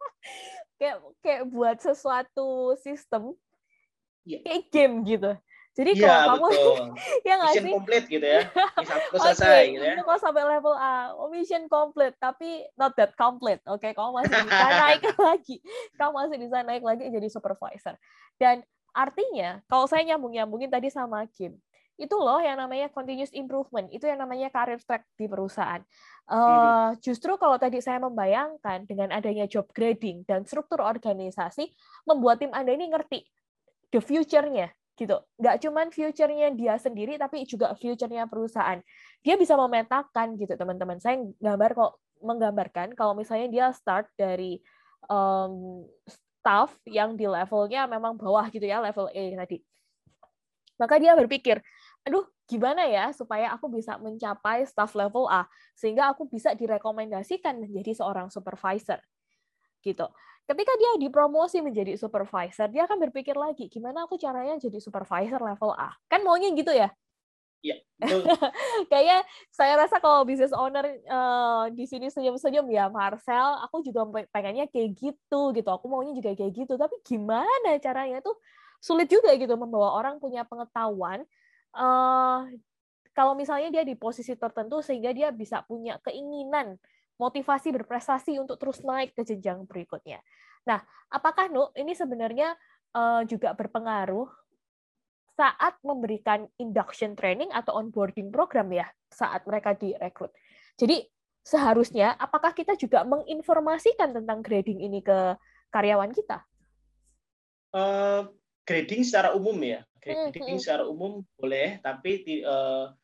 kayak kayak buat sesuatu sistem yeah. kayak game gitu. Jadi ya, kalau kamu ya nggak sih? Mission complete gitu ya. Satu selesai okay, gitu ya. Kalau sampai level A, oh, mission complete, tapi not that complete. Oke, okay? Kamu masih bisa naik lagi. Kamu masih bisa naik lagi jadi supervisor. Dan artinya, kalau saya nyambung-nyambungin tadi sama Kim, itu loh yang namanya continuous improvement. Itu yang namanya career track di perusahaan. Uh, justru kalau tadi saya membayangkan dengan adanya job grading dan struktur organisasi, membuat tim Anda ini ngerti the future-nya. Gitu, nggak cuman future-nya dia sendiri, tapi juga future-nya perusahaan. Dia bisa memetakan gitu, teman-teman. Saya gambar kok menggambarkan kalau misalnya dia start dari um, staff yang di levelnya memang bawah gitu ya, level A tadi. Maka dia berpikir, aduh, gimana ya supaya aku bisa mencapai staff level A sehingga aku bisa direkomendasikan menjadi seorang supervisor. Gitu. Ketika dia dipromosi menjadi supervisor, dia akan berpikir lagi, gimana aku caranya jadi supervisor level A? Kan maunya gitu ya? Iya, betul. Kayaknya saya rasa kalau business owner uh, di sini senyum-senyum ya, Marcel, aku juga pengennya kayak gitu gitu. Aku maunya juga kayak gitu. Tapi gimana caranya itu sulit juga gitu membawa orang punya pengetahuan. Uh, kalau misalnya dia di posisi tertentu sehingga dia bisa punya keinginan, motivasi berprestasi untuk terus naik ke jenjang berikutnya. Nah, apakah Nu ini sebenarnya uh, juga berpengaruh saat memberikan induction training atau onboarding program ya, saat mereka direkrut. Jadi seharusnya apakah kita juga menginformasikan tentang grading ini ke karyawan kita? Uh, grading secara umum ya, grading hmm, hmm. secara umum boleh, tapi uh,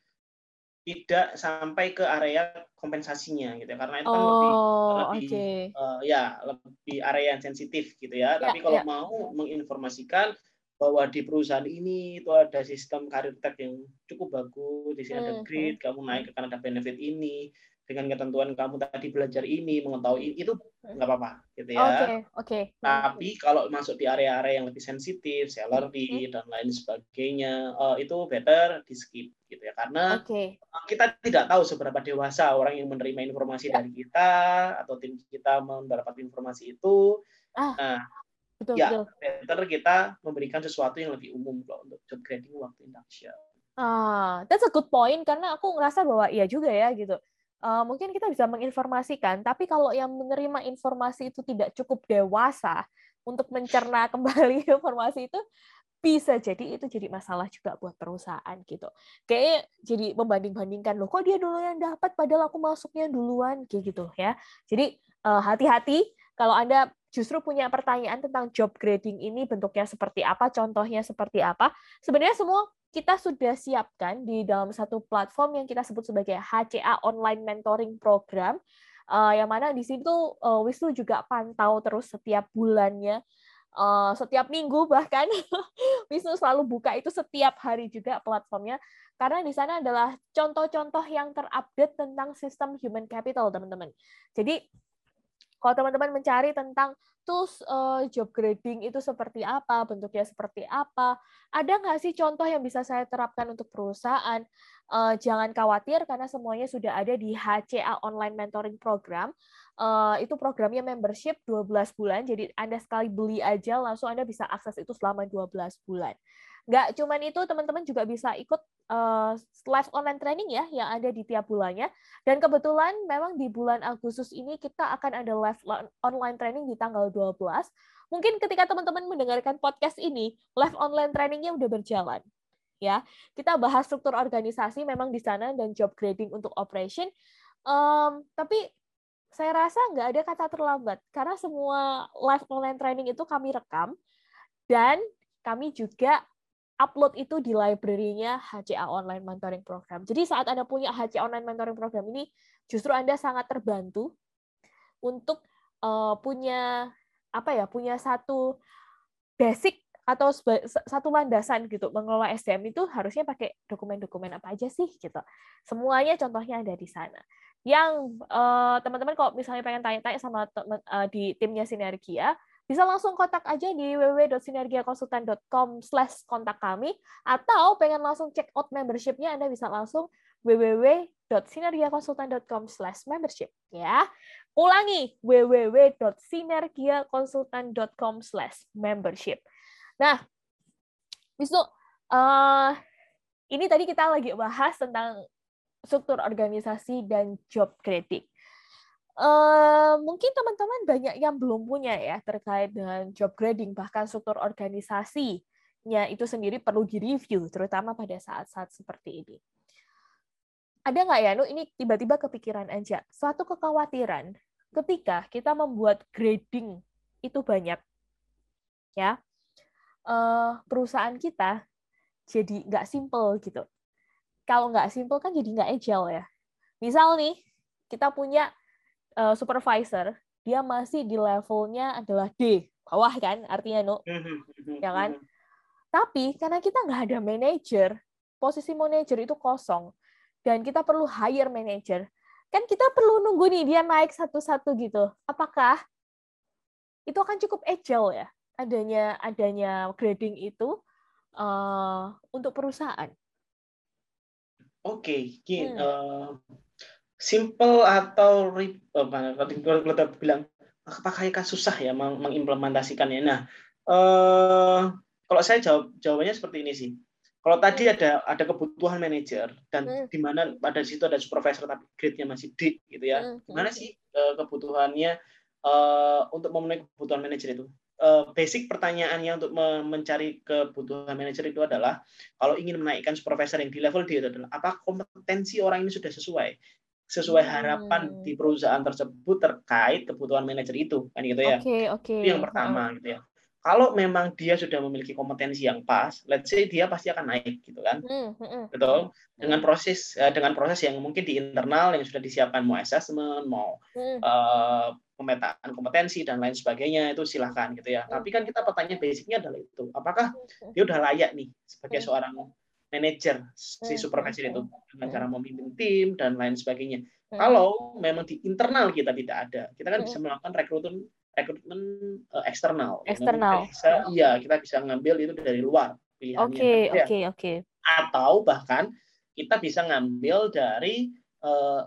tidak sampai ke area kompensasinya gitu, karena itu kan oh, lebih lebih okay. uh, ya lebih area yang sensitif gitu ya. Ya, tapi kalau ya. mau menginformasikan bahwa di perusahaan ini itu ada sistem career tag yang cukup bagus, di sini ada grade, hmm. kamu naik karena ada benefit ini, dengan ketentuan kamu tadi belajar ini, mengetahui ini, itu nggak apa-apa gitu ya. Oke, oke. Tapi kalau masuk di area-area yang lebih sensitif, salary hmm. dan lain sebagainya, uh, itu better di skip gitu ya, karena okay. kita tidak tahu seberapa dewasa orang yang menerima informasi ya. dari kita atau tim kita mendapat informasi itu. Ah, nah, betul, ya betul. better kita memberikan sesuatu yang lebih umum kalau untuk job grading waktu induction. Ah, that's a good point, karena aku ngerasa bahwa iya juga ya gitu. Uh, mungkin kita bisa menginformasikan, tapi kalau yang menerima informasi itu tidak cukup dewasa untuk mencerna kembali informasi itu, bisa jadi itu jadi masalah juga buat perusahaan gitu. Kayak jadi membanding-bandingkan, loh kok dia dulu yang dapat padahal aku masuknya duluan, kayak gitu ya. Jadi uh, hati-hati kalau Anda justru punya pertanyaan tentang job grading ini, bentuknya seperti apa, contohnya seperti apa. Sebenarnya semua kita sudah siapkan di dalam satu platform yang kita sebut sebagai H C A Online Mentoring Program, uh, yang mana di situ uh, Wisnu juga pantau terus setiap bulannya, uh, setiap minggu bahkan Wisnu selalu buka itu setiap hari juga platformnya, karena di sana adalah contoh-contoh yang terupdate tentang sistem human capital, teman-teman. Jadi kalau teman-teman mencari tentang tools uh, job grading itu seperti apa, bentuknya seperti apa, ada nggak sih contoh yang bisa saya terapkan untuk perusahaan? Uh, jangan khawatir karena semuanya sudah ada di H C A Online Mentoring Program. Uh, itu programnya membership dua belas bulan, jadi Anda sekali beli aja langsung Anda bisa akses itu selama dua belas bulan. Nggak cuman itu, teman-teman juga bisa ikut uh, live online training ya yang ada di tiap bulannya. Dan kebetulan memang di bulan Agustus ini kita akan ada live online training di tanggal dua belas. Mungkin ketika teman-teman mendengarkan podcast ini, live online trainingnya udah berjalan. Ya, kita bahas struktur organisasi memang di sana dan job grading untuk operation. Um, tapi saya rasa nggak ada kata terlambat karena semua live online training itu kami rekam dan kami juga upload itu di library-nya H C A Online Mentoring Program. Jadi saat Anda punya H C A Online Mentoring Program ini, justru Anda sangat terbantu untuk uh, punya apa ya, punya satu basic atau satu landasan gitu mengelola S D M itu harusnya pakai dokumen-dokumen apa aja sih gitu. Semuanya contohnya ada di sana. Yang uh, teman-teman kalau misalnya pengen tanya-tanya sama temen, uh, di timnya Sinergia, bisa langsung kontak aja di w w w dot sinergiakonsultan dot com slash kontak kami, atau pengen langsung check out membership-nya, Anda bisa langsung w w w dot sinergiakonsultan dot com slash membership ya. Ulangi, w w w dot sinergiakonsultan dot com slash membership. Nah, Wisnu, uh, ini tadi kita lagi bahas tentang struktur organisasi dan job grading. Uh, mungkin teman-teman banyak yang belum punya ya terkait dengan job grading, bahkan struktur organisasinya itu sendiri perlu direview, terutama pada saat-saat seperti ini. Ada nggak ya, Nu, ini tiba-tiba kepikiran aja, suatu kekhawatiran ketika kita membuat grading itu banyak, ya, uh, perusahaan kita jadi nggak simple gitu. Kalau nggak simple kan jadi nggak agile ya. Misal nih, kita punya Uh, supervisor, dia masih di levelnya adalah D, bawah kan artinya, Nu, ya kan? Tapi karena kita nggak ada manajer, posisi manajer itu kosong, dan kita perlu hire manajer, kan kita perlu nunggu nih dia naik satu-satu gitu. Apakah itu akan cukup agile ya, adanya adanya grading itu uh, untuk perusahaan? Oke, gini, Hmm. uh, simple atau apa? Kalau kita bilang apakah akan susah ya meng- mengimplementasikannya. Nah, uh, kalau saya jawab jawabannya seperti ini sih. Kalau tadi Hmm. ada ada kebutuhan manajer dan Hmm. di mana pada situ ada supervisor tapi grade-nya masih D gitu ya. Hmm. Gimana sih uh, kebutuhannya uh, untuk memenuhi kebutuhan manajer itu? Uh, basic pertanyaannya untuk me- mencari kebutuhan manajer itu adalah kalau ingin menaikkan supervisor yang di level D itu adalah apa kompetensi orang ini sudah sesuai sesuai harapan Hmm. di perusahaan tersebut terkait kebutuhan manajer itu kan gitu ya. Oke, oke. Itu yang pertama gitu ya. Kalau memang dia sudah memiliki kompetensi yang pas, let's say dia pasti akan naik gitu kan. Hmm. Hmm. Betul. Dengan Hmm. proses dengan proses yang mungkin di internal yang sudah disiapkan, mau assessment, mau Hmm. uh, pemetaan kompetensi dan lain sebagainya, itu silahkan gitu ya. Tapi kan kita pertanyaan basicnya adalah itu, apakah dia udah layak nih sebagai seorang manajer si supervisor itu dengan cara memimpin tim dan lain sebagainya. Kalau memang di internal kita tidak ada, kita kan bisa melakukan rekrutmen rekrutmen uh, eksternal. Ya. Memang kita Eksternal. bisa, iya kita bisa ngambil itu dari luar pilihannya. Oke, Kan, ya. oke, oke. Atau bahkan kita bisa ngambil dari uh,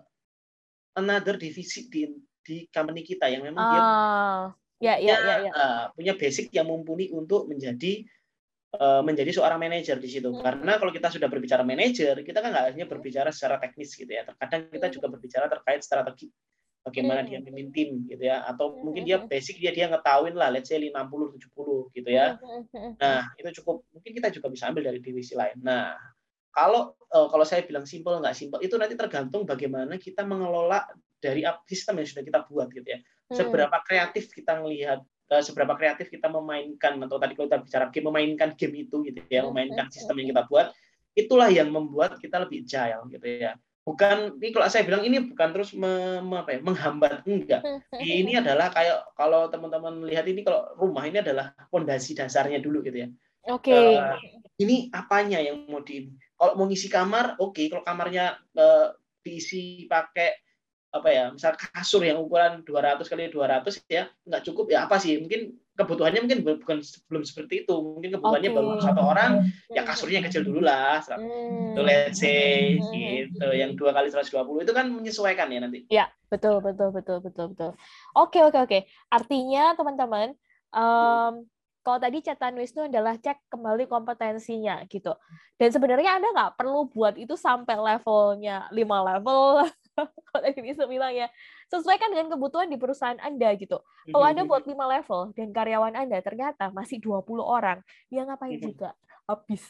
another divisi di di company kita yang memang dia Ah, ya, punya ya, ya, ya. uh, punya basic yang mumpuni untuk menjadi uh, menjadi seorang manajer di situ. Karena kalau kita sudah berbicara manajer, kita kan nggak hanya berbicara secara teknis gitu ya. Terkadang kita juga berbicara terkait strategi bagaimana dia memimpin tim gitu ya, atau mungkin dia basic dia dia ngetahuin lah let's say lima puluh tujuh puluh gitu ya. Nah, itu cukup, mungkin kita juga bisa ambil dari divisi lain. Nah, kalau uh, kalau saya bilang simple nggak simple itu nanti tergantung bagaimana kita mengelola dari sistem yang sudah kita buat gitu ya. Seberapa kreatif kita melihat, uh, seberapa kreatif kita memainkan, atau tadi kalau kita bicara game, memainkan game itu gitu ya, memainkan sistem yang kita buat, itulah yang membuat kita lebih agile gitu ya. Bukan, ini kalau saya bilang ini bukan terus me, me, apa ya, menghambat, enggak. Ini adalah kayak kalau teman-teman lihat ini, kalau rumah ini adalah fondasi dasarnya dulu gitu ya. Oke. Uh, ini apanya yang mau di, kalau mau ngisi kamar, oke. Okay. Kalau kamarnya uh, diisi pakai apa ya, misal kasur yang ukuran dua ratus kali dua ratus ya, nggak cukup ya apa sih? Mungkin kebutuhannya mungkin bukan belum seperti itu. Mungkin kebutuhannya Oke. baru satu orang, ya kasurnya yang kecil dulu lah. Hmm. Itu let's say gitu. Yang dua kali seratus dua puluh itu kan menyesuaikan ya nanti. Ya, betul, betul, betul, betul, betul. Oke, oke, oke. Artinya teman-teman, um, kalau tadi catatan Wisnu adalah cek kembali kompetensinya gitu. Dan sebenarnya Anda nggak perlu buat itu sampai levelnya lima level. Kalau tadi Wisnu bilang ya, sesuaikan dengan kebutuhan di perusahaan Anda gitu. Kalau Anda buat lima level dan karyawan Anda ternyata masih dua puluh orang, dia ngapain juga? Habis.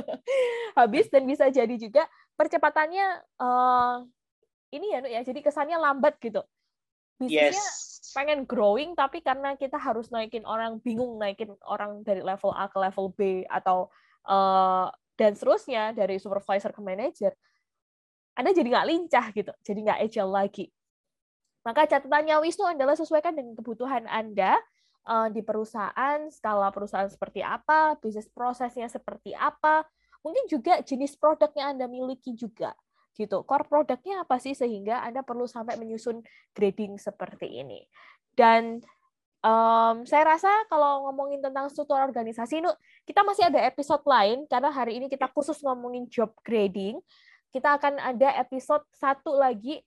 Habis, dan bisa jadi juga percepatannya uh, ini ya, ya, jadi kesannya lambat gitu. Bisnisnya Yes. pengen growing, tapi karena kita harus naikin orang, bingung naikin orang dari level A ke level B, atau uh, dan seterusnya, dari supervisor ke manager, Anda jadi nggak lincah gitu, jadi nggak agile lagi. Maka catatannya Wisnu adalah sesuaikan dengan kebutuhan Anda uh, di perusahaan, skala perusahaan seperti apa, bisnis prosesnya seperti apa, mungkin juga jenis produk yang Anda miliki juga. Gitu. Core produknya apa sih sehingga Anda perlu sampai menyusun grading seperti ini. Dan um, saya rasa kalau ngomongin tentang struktur organisasi, Nuk, kita masih ada episode lain karena hari ini kita khusus ngomongin job grading. Kita akan ada episode satu lagi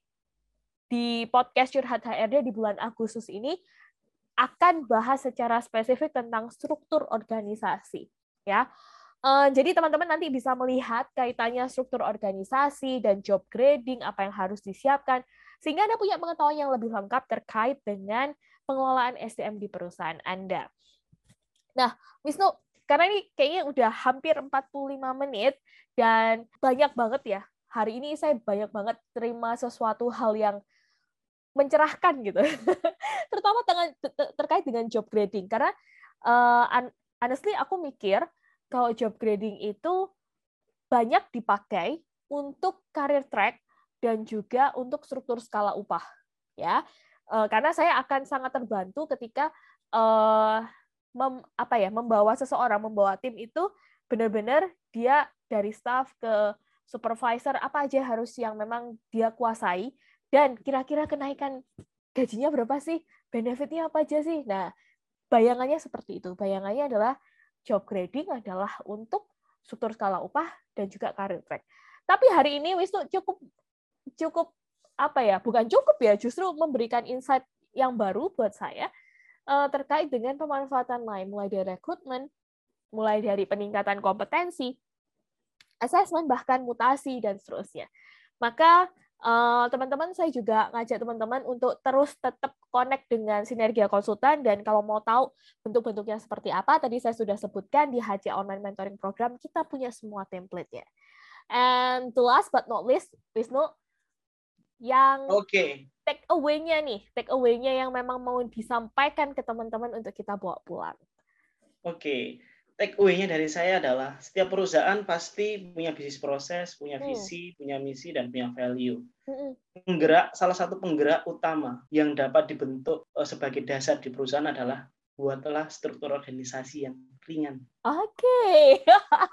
di podcast Curhat H R D di bulan Agustus ini, akan bahas secara spesifik tentang struktur organisasi. Ya. Uh, jadi teman-teman nanti bisa melihat kaitannya struktur organisasi dan job grading, apa yang harus disiapkan, sehingga Anda punya pengetahuan yang lebih lengkap terkait dengan pengelolaan S D M di perusahaan Anda. Nah, Wisnu, karena ini kayaknya udah hampir empat puluh lima menit, dan banyak banget ya, hari ini saya banyak banget terima sesuatu hal yang mencerahkan gitu, terutama terkait dengan job grading. Karena uh, honestly aku mikir, kalau job grading itu banyak dipakai untuk career track dan juga untuk struktur skala upah, ya. Karena saya akan sangat terbantu ketika uh, mem, apa ya, membawa seseorang, membawa tim itu benar-benar dia dari staff ke supervisor, apa aja harus yang memang dia kuasai, dan kira-kira kenaikan gajinya berapa sih, benefitnya apa aja sih. Nah, bayangannya seperti itu. Bayangannya adalah job grading adalah untuk struktur skala upah dan juga career track. Tapi hari ini Wisnu cukup cukup apa ya? Bukan cukup ya, justru memberikan insight yang baru buat saya uh, terkait dengan pemanfaatan lain, mulai dari rekrutmen, mulai dari peningkatan kompetensi, asesmen, bahkan mutasi dan seterusnya. Maka uh, teman-teman saya juga ngajak teman-teman untuk terus tetap connect dengan Sinergia Konsultan, dan kalau mau tahu bentuk-bentuknya seperti apa, tadi saya sudah sebutkan di H C Online Mentoring Program kita punya semua template-nya. And to last but not least, Wisnu, yang Oke. take away-nya nih, take away-nya yang memang mau disampaikan ke teman-teman untuk kita bawa pulang. Oke, take away-nya dari saya adalah setiap perusahaan pasti punya bisnis proses, punya Hmm. visi, punya misi, dan punya value. Hmm. Penggerak, salah satu penggerak utama yang dapat dibentuk uh, sebagai dasar di perusahaan adalah buatlah struktur organisasi yang ringan. Oke.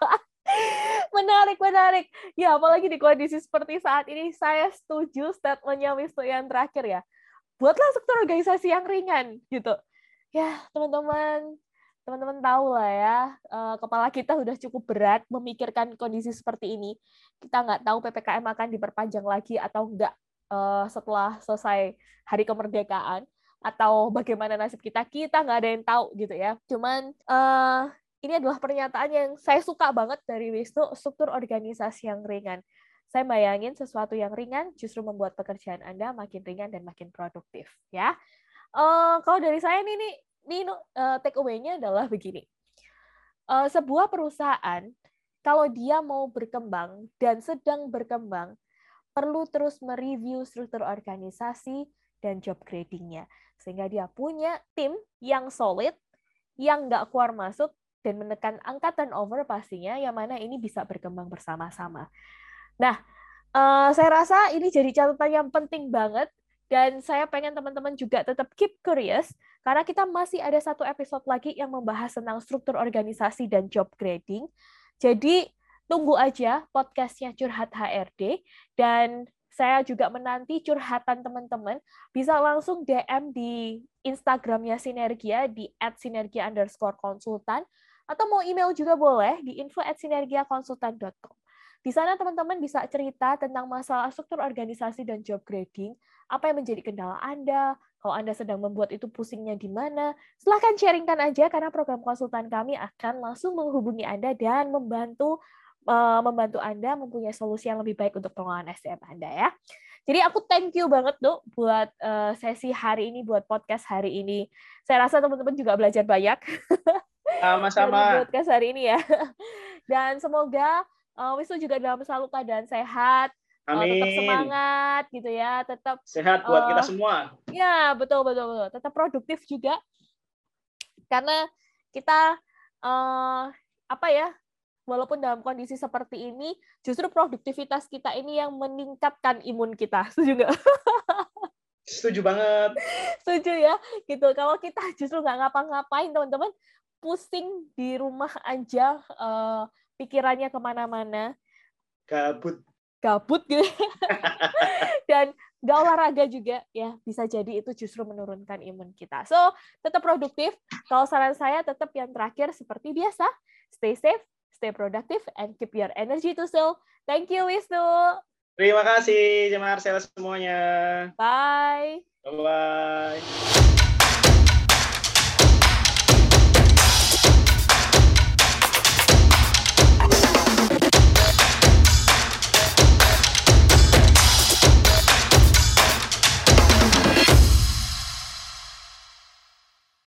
Menarik, menarik. Ya, apalagi di kondisi seperti saat ini, saya setuju statement-nya Wisnu yang terakhir ya. Buatlah struktur organisasi yang ringan, gitu. Ya, teman-teman, teman-teman tahu lah ya, kepala kita udah cukup berat memikirkan kondisi seperti ini. Kita nggak tahu P P K M akan diperpanjang lagi atau enggak setelah selesai hari kemerdekaan, atau bagaimana nasib kita, kita nggak ada yang tahu gitu ya. Cuman, uh, ini adalah pernyataan yang saya suka banget dari Wisnu, struktur organisasi yang ringan. Saya bayangin sesuatu yang ringan justru membuat pekerjaan Anda makin ringan dan makin produktif. Ya, uh, kalau dari saya nih, nih, nih uh, take away-nya adalah begini. Uh, sebuah perusahaan, kalau dia mau berkembang dan sedang berkembang, perlu terus mereview struktur organisasi dan job grading-nya. Sehingga dia punya tim yang solid, yang nggak keluar masuk, dan menekan angka turnover pastinya, yang mana ini bisa berkembang bersama-sama. Nah, uh, saya rasa ini jadi catatan yang penting banget, dan saya pengen teman-teman juga tetap keep curious, karena kita masih ada satu episode lagi yang membahas tentang struktur organisasi dan job grading. Jadi, tunggu aja podcastnya Curhat H R D, dan saya juga menanti curhatan teman-teman, bisa langsung D M di Instagramnya Sinergia di at sinergia underscore konsultan, atau mau email juga boleh di info at sinergiakonsultan dot com. Di sana teman-teman bisa cerita tentang masalah struktur organisasi dan job grading, apa yang menjadi kendala Anda, kalau Anda sedang membuat itu pusingnya di mana, silahkan sharingkan aja, karena program konsultan kami akan langsung menghubungi Anda dan membantu uh, membantu Anda mempunyai solusi yang lebih baik untuk pengelolaan S D M Anda ya. Jadi aku thank you banget tuh buat uh, sesi hari ini, buat podcast hari ini. Saya rasa teman-teman juga belajar banyak. Sama-sama. Podcast hari ini ya. Dan semoga uh, Wisnu juga dalam selalu keadaan sehat, uh, tetap semangat gitu ya, tetap sehat buat uh, kita semua. Ya, betul betul betul. Tetap produktif juga. Karena kita uh, apa ya? Walaupun dalam kondisi seperti ini, justru produktivitas kita ini yang meningkatkan imun kita. Setuju nggak? Setuju banget. Setuju ya. Gitu. Kalau kita justru nggak ngapa-ngapain, teman-teman, pusing di rumah aja, uh, pikirannya kemana-mana. Gabut. Gabut gitu. Dan nggak olahraga juga, ya bisa jadi itu justru menurunkan imun kita. So, tetap produktif. Kalau saran saya tetap yang terakhir seperti biasa, stay safe, stay productive, and keep your energy to sell. Thank you, Wisnu. Terima kasih, Marcel semuanya. Bye. Bye-bye.